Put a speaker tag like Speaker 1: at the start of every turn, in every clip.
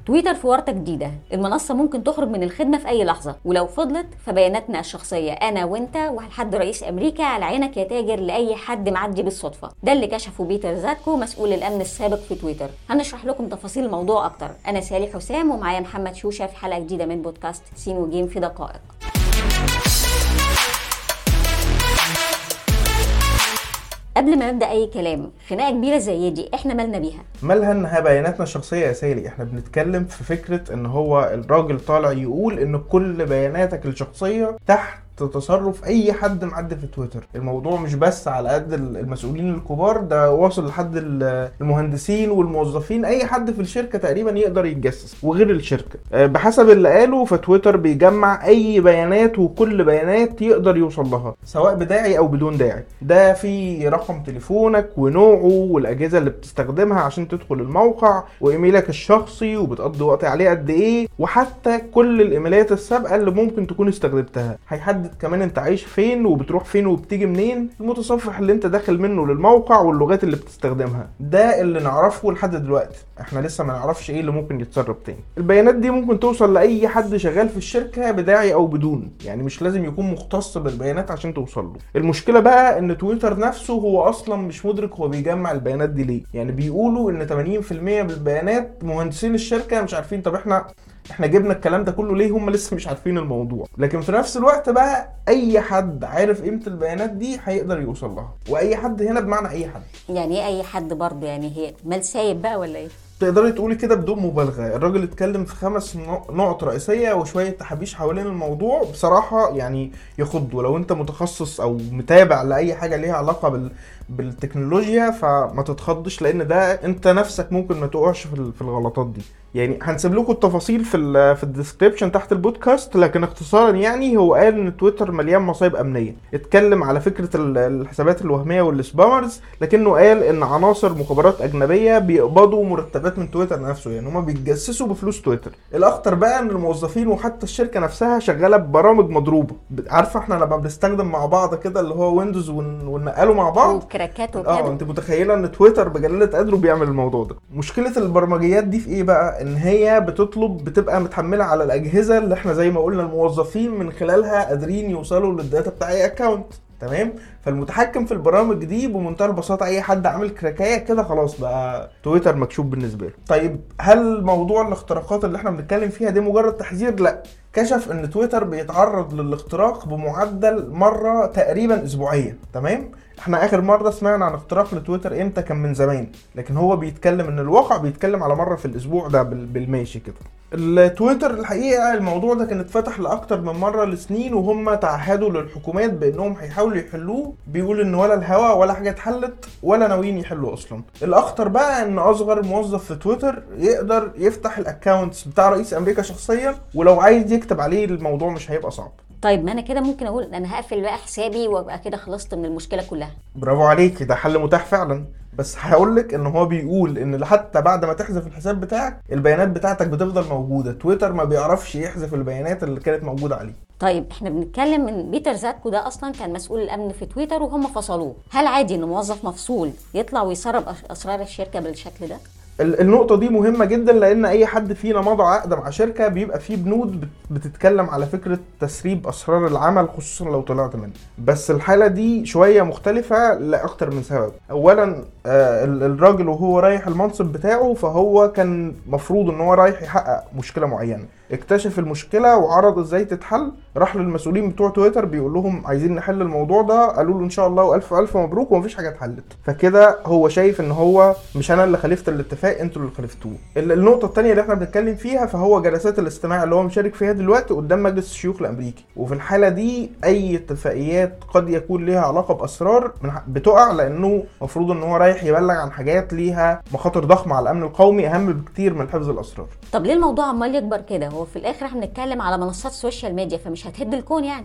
Speaker 1: تويتر في ورطة جديدة، المنصة ممكن تخرج من الخدمة في أي لحظة، ولو فضلت فبياناتنا الشخصية أنا وأنت ولحد رئيس أمريكا على عينك يا تاجر لأي حد معدي بالصدفة. ده اللي كشفه بيتر زاتكو مسؤول الأمن السابق في تويتر. هنشرح لكم تفاصيل الموضوع أكتر. أنا سالي حسام ومعايا محمد شوشة في حلقة جديدة من بودكاست سين وجيم في دقائق. قبل ما نبدأ أي كلام، خناقة كبيرة زي دي إحنا مالنا بيها؟
Speaker 2: مالها انها بياناتنا الشخصية يا سالي؟ احنا بنتكلم في فكرة ان هو الراجل طالع يقول ان كل بياناتك الشخصية تحت تصرف اي حد معدي في تويتر. الموضوع مش بس على قد المسؤولين الكبار، ده واصل لحد المهندسين والموظفين، اي حد في الشركة تقريبا يقدر يتجسس وغير الشركة. بحسب اللي قاله فتويتر بيجمع اي بيانات وكل بيانات يقدر يوصل لها سواء بداعي او بدون داعي. ده في رقم تليفونك ونوعه والاجهزة اللي بتستخدمها عشان تدخل الموقع وايميلك الشخصي وبتقضي وقت عليه قد ايه، وحتى كل الايميلات السابقة اللي ممكن تكون استخدمتها. هيحدد كمان انت عايش فين وبتروح فين وبتيجي منين، المتصفح اللي انت داخل منه للموقع واللغات اللي بتستخدمها. ده اللي نعرفه لحد دلوقتي، احنا لسه ما نعرفش ايه اللي ممكن يتسرب تاني. البيانات دي ممكن توصل لاي حد شغال في الشركة بداعي او بدون، يعني مش لازم يكون مختص بالبيانات عشان توصل له. المشكلة بقى ان تويتر نفسه هو اصلا مش مدرك هو بيجمع البيانات دي ليه. يعني بيقولوا ان 80% من البيانات مهندسين الشركة مش عارفين. طب احنا جبنا الكلام ده كله ليه؟ هم لسه مش عارفين الموضوع. لكن في نفس الوقت بقى اي حد عارف قيمة البيانات دي هيقدر يوصل لها. واي حد هنا بمعنى اي حد.
Speaker 1: يعني ايه اي حد برضه؟ يعني هي مال سايب بقى ولا ايه؟
Speaker 2: تقدري تقولي كده بدون مبالغة. الراجل اتكلم في 5 نقط رئيسية وشوية تحابيش حوالين الموضوع بصراحة يعني يخض. ولو انت متخصص او متابع لأي حاجة ليها علاقة بالتكنولوجيا فما تتخضش، لان ده انت نفسك ممكن ما تقعش في الغلطات دي. يعني هنسيب لكم التفاصيل في الديسكريبشن تحت البودكاست، لكن اختصارا يعني هو قال ان تويتر مليان مصايب امنيه. اتكلم على فكره الحسابات الوهميه والسبامرز، لكنه قال ان عناصر مخابرات اجنبيه بيقبضوا مرتبات من تويتر نفسه، يعني هما بيتجسسوا بفلوس تويتر. الاخطر بقى ان الموظفين وحتى الشركه نفسها شغاله ببرامج مضروبه. عارفه احنا لما بنستخدم مع بعض كده اللي هو ويندوز وننقله مع بعض
Speaker 1: وكراكات وكده،
Speaker 2: انت متخيله ان تويتر بجلاله قدره بيعمل الموضوع ده. مشكله البرمجيات دي في ايه بقى؟ ان هي بتبقى متحمله على الاجهزه اللي احنا زي ما قلنا الموظفين من خلالها قادرين يوصلوا للداتا بتاع اي اكونت. تمام؟ فالمتحكم في البرامج دي بمنتهى البساطه اي حد عامل كراكايه كده خلاص بقى تويتر مكشوف بالنسبه له. طيب هل موضوع الاختراقات اللي احنا بنتكلم فيها دي مجرد تحذير؟ لا، كشف ان تويتر بيتعرض للاختراق بمعدل مره تقريبا اسبوعيه. تمام؟ احنا اخر مرة سمعنا عن اختراق لتويتر امتى؟ كان من زمان. لكن هو بيتكلم ان الواقع بيتكلم على مرة في الاسبوع ده بالماشي كده. التويتر الحقيقة الموضوع ده كان اتفتح لأكتر من مرة لسنين، وهم تعهدوا للحكومات بأنهم هيحاولوا يحلوه. بيقول ان ولا الهوا ولا حاجة اتحلت ولا ناويين يحلوا اصلا. الاخطر بقى ان اصغر موظف في تويتر يقدر يفتح الاكاونتس بتاع رئيس امريكا شخصيا، ولو عايز يكتب عليه الموضوع مش هيبقى صعب.
Speaker 1: طيب ما انا كده ممكن اقول انا هقفل بقى حسابي وابقى كده خلصت من المشكله كلها.
Speaker 2: برافو عليك، ده حل متاح فعلا. بس هقولك ان هو بيقول ان حتى بعد ما تحذف الحساب بتاعك البيانات بتاعتك بتفضل موجوده. تويتر ما بيعرفش يحذف البيانات اللي كانت موجوده عليه.
Speaker 1: طيب احنا بنتكلم من بيتر زاتكو ده اصلا كان مسؤول الامن في تويتر وهم فصلوه. هل عادي ان موظف مفصول يطلع ويسرب اسرار الشركه بالشكل ده؟
Speaker 2: النقطة دي مهمة جدا، لان اي حد فينا مضى عقد مع شركة بيبقى فيه بنود بتتكلم على فكرة تسريب اسرار العمل خصوصا لو طلعت منه. بس الحالة دي شوية مختلفة لأكتر من سبب. اولا الراجل وهو رايح المنصب بتاعه فهو كان مفروض ان هو رايح يحقق مشكلة معينة. اكتشف المشكلة وعرض ازاي تتحل، راح للمسؤولين بتوع تويتر بيقول لهم عايزين نحل الموضوع ده، قالوا له ان شاء الله والف الف مبروك ومفيش حاجة اتحلت. فكده هو شايف ان هو مش انا اللي خالفت الاتفاق، انتوا اللي خالفتوه. النقطة التانية اللي احنا بنتكلم فيها فهو جلسات الاستماع اللي هو مشارك فيها دلوقتي قدام مجلس الشيوخ الامريكي. وفي الحالة دي اي اتفاقيات قد يكون ليها علاقة باسرار بتقع، لانه مفروض ان هو رايح يبلغ عن حاجات ليها مخاطر ضخمة على الامن القومي اهم بكتير من حفظ الاسرار.
Speaker 1: طب ليه الموضوع عمال يكبر كده؟ هو في الاخر احنا بنتكلم على منصات السوشيال ميديا فمش هتهد الكون يعني.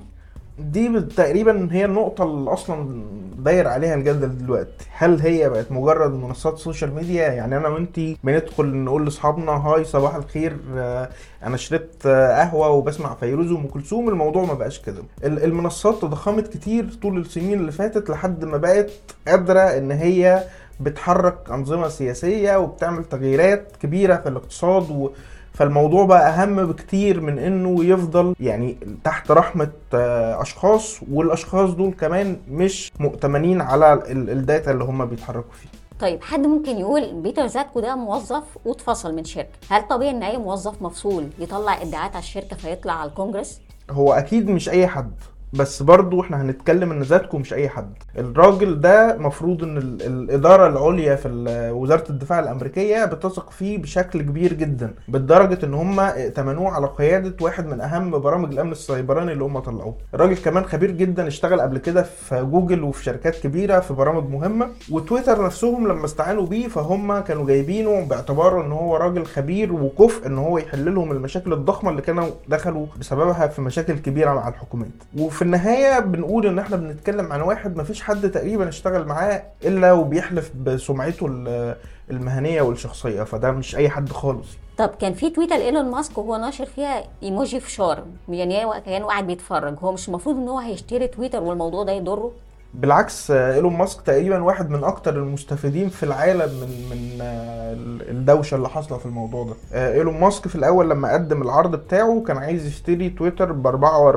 Speaker 2: دي تقريبا هي النقطة اللي اصلا داير عليها الجدل دلوقتي. هل هي بقت مجرد منصات سوشيال ميديا؟ يعني انا وانتي بندخل نقول لاصحابنا هاي صباح الخير انا شربت قهوة وبسمع فيروز وام كلثوم. الموضوع ما بقاش كده. المنصات تضخمت كتير طول السنين اللي فاتت لحد ما بقت قادرة ان هي بتحرك انظمة سياسية وبتعمل تغييرات كبيرة في الاقتصاد فالموضوع بقى اهم بكتير من انه يفضل يعني تحت رحمة اشخاص، والاشخاص دول كمان مش مؤتمنين على الداتا اللي هم بيتحركوا فيه.
Speaker 1: طيب حد ممكن يقول بيتر زاتكو ده موظف واتفصل من شركة، هل طبيعي ان اي موظف مفصول يطلع ادعاءات على الشركة فيطلع على الكونجرس؟
Speaker 2: هو اكيد مش اي حد، بس برضو احنا هنتكلم ان زاتكو مش اي حد. الراجل ده مفروض ان الاداره العليا في وزاره الدفاع الامريكيه بتثق فيه بشكل كبير جدا، بالدرجه ان هم ائتمنوه على قياده واحد من اهم برامج الامن السيبراني اللي هم طلعوه. الراجل كمان خبير جدا، اشتغل قبل كده في جوجل وفي شركات كبيره في برامج مهمه. وتويتر نفسهم لما استعانوا بيه فهم كانوا جايبينه باعتباره ان هو راجل خبير وكفء ان هو يحل لهم المشاكل الضخمه اللي كانوا دخلوا بسببها في مشاكل كبيره مع الحكومات. وفي النهاية بنقول ان احنا بنتكلم عن واحد مفيش حد تقريبا اشتغل معاه الا وبيحلف بسمعته المهنية والشخصية، فده مش اي حد خالص.
Speaker 1: طب كان في تويتر ايلون ماسك وهو ناشر فيها ايموجي فشار، يعني كان قاعد بيتفرج، هو مش المفروض ان هو هيشتري تويتر والموضوع ده يضره؟
Speaker 2: بالعكس، ايلون ماسك تقريبا واحد من اكتر المستفيدين في العالم من الدوشه اللي حاصله في الموضوع ده. ايلون ماسك في الاول لما قدم العرض بتاعه كان عايز يشتري تويتر ب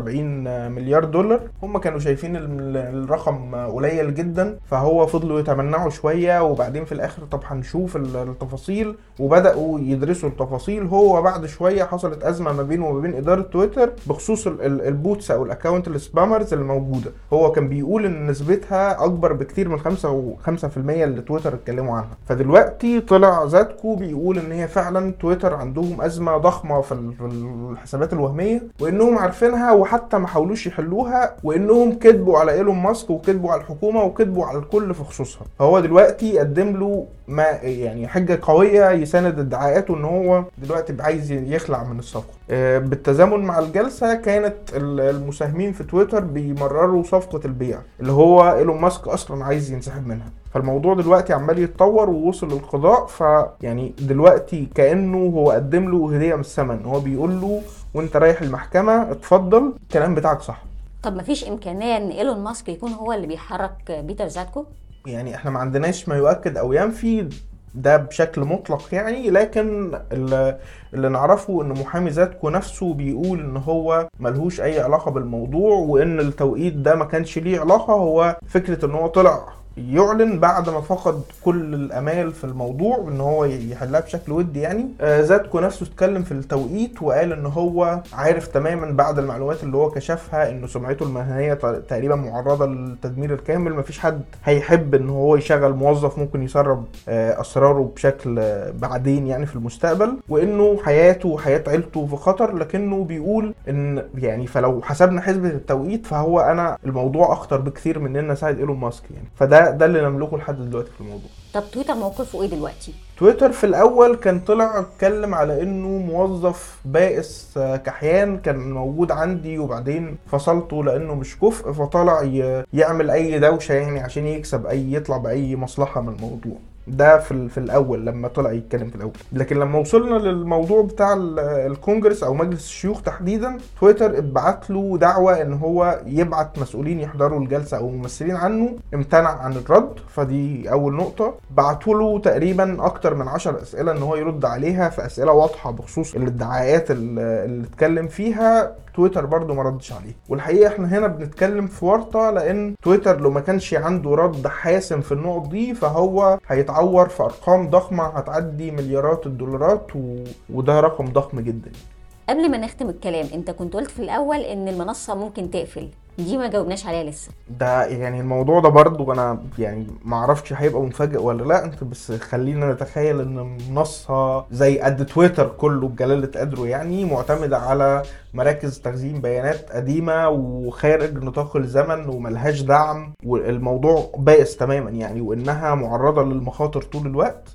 Speaker 2: 44 مليار دولار. هم كانوا شايفين الرقم قليل جدا، فهو فضلوا يتمنعوا شويه، وبعدين في الاخر طب هنشوف التفاصيل، وبداوا يدرسوا التفاصيل. هو بعد شويه حصلت ازمه ما بينه وما بين اداره تويتر بخصوص البوتس او الاكونت السبامرز الموجوده. هو كان بيقول ان نسبتها اكبر بكتير من 5% اللي تويتر اتكلموا عنها. فدلوقتي طلع زاتكو بيقول ان هي فعلا تويتر عندهم ازمه ضخمه في الحسابات الوهميه، وانهم عارفينها وحتى ما حاولوش يحلوها، وانهم كذبوا على ايلون ماسك وكذبوا على الحكومه وكذبوا على الكل في خصوصها. فهو دلوقتي قدم له ما يعني حجه قويه يساند ادعاءاته ان هو دلوقتي عايز يخلع من الصفقه. بالتزامن مع الجلسه كانت المساهمين في تويتر بيمرروا صفقه البيع اللي هو ايلون ماسك اصلا عايز ينسحب منها. فالموضوع دلوقتي عمال يتطور ووصل للقضاء. فيعني دلوقتي كانه هو قدم له هديه من السماء، هو بيقول له وانت رايح المحكمه اتفضل الكلام بتاعك صح.
Speaker 1: طب مفيش امكانيه ان ايلون ماسك يكون هو اللي بيحرك بيتر زاتكو؟
Speaker 2: يعني احنا ما عندناش ما يؤكد او ينفي ده بشكل مطلق يعني، لكن اللي نعرفه ان محامي زاتكو نفسه بيقول ان هو ملهوش اي علاقة بالموضوع، وان التوقيت ده ما كانش ليه علاقة. هو فكرة ان هو طلع يعلن بعد ما فقد كل الامال في الموضوع ان هو يحلها بشكل ودي يعني. زاتكو نفسه اتكلم في التوقيت وقال ان هو عارف تماما بعد المعلومات اللي هو كشفها ان سمعته المهنيه تقريبا معرضه للتدمير الكامل. مفيش حد هيحب ان هو يشغل موظف ممكن يسرب اسراره بشكل بعدين يعني في المستقبل، وانه حياته وحياه عيلته في خطر. لكنه بيقول ان يعني فلو حسبنا حسبه التوقيت فهو انا الموضوع اخطر بكثير من ان اساعد ايلون ماسك يعني. فده اللي نملكه لحد دلوقتي في الموضوع.
Speaker 1: طب تويتر موقفه ايه دلوقتي؟
Speaker 2: تويتر في الاول كان طلع اتكلم على انه موظف بائس كحيان كان موجود عندي، وبعدين فصلته لانه مش كفء، فطلع يعمل اي دوشه يعني عشان يكسب يطلع باي مصلحه من الموضوع ده في الاول لما طلع يتكلم في الاول. لكن لما وصلنا للموضوع بتاع الكونجرس او مجلس الشيوخ تحديدا، تويتر اتبعت له دعوه ان هو يبعت مسؤولين يحضروا الجلسه او ممثلين عنه، امتنع عن الرد. فدي اول نقطه. بعتوا له تقريبا اكتر من 10 اسئله ان هو يرد عليها، في اسئله واضحه بخصوص الادعاءات اللي اتكلم فيها. تويتر برضو ما ردش عليه. والحقيقه احنا هنا بنتكلم في ورطه، لان تويتر لو ما كانش عنده رد حاسم في النقط دي فهو هيتعور في ارقام ضخمه هتعدي مليارات الدولارات، وده رقم ضخم جدا.
Speaker 1: قبل ما نختم الكلام، انت كنت قلت في الاول ان المنصه ممكن تقفل، دي ما جاوبناش عليها لسه.
Speaker 2: ده يعني الموضوع ده برضو انا يعني ما اعرفش هيبقى مفاجئ ولا لا، انت بس خلينا نتخيل ان منصه زي قد تويتر كله بجلاله قدره يعني معتمده على مراكز تخزين بيانات قديمه وخارج نطاق الزمن وملهاش دعم، والموضوع بائس تماما يعني، وانها معرضه للمخاطر طول الوقت.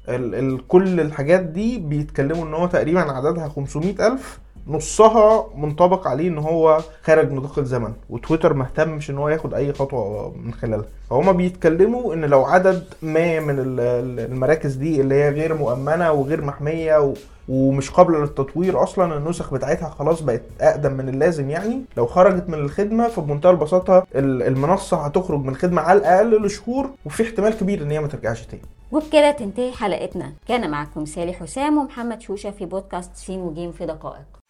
Speaker 2: كل الحاجات دي بيتكلموا ان هو تقريبا عددها 500,000، نصها منطبق عليه ان هو خارج نطاق الزمن، وتويتر مهتمش ان هو ياخد اي خطوه من خلالها. فهما بيتكلموا ان لو عدد ما من المراكز دي اللي هي غير مؤمنه وغير محميه ومش قابله للتطوير اصلا، النسخ بتاعتها خلاص بقت اقدم من اللازم يعني، لو خرجت من الخدمه فبمنتهى البساطه المنصه هتخرج من الخدمه على الاقل لشهور، وفي احتمال كبير ان هي ما ترجعش تاني.
Speaker 1: وبكده تنتهي حلقتنا. كان معكم سالي حسام ومحمد شوشة في بودكاست سين وجيم في دقائق.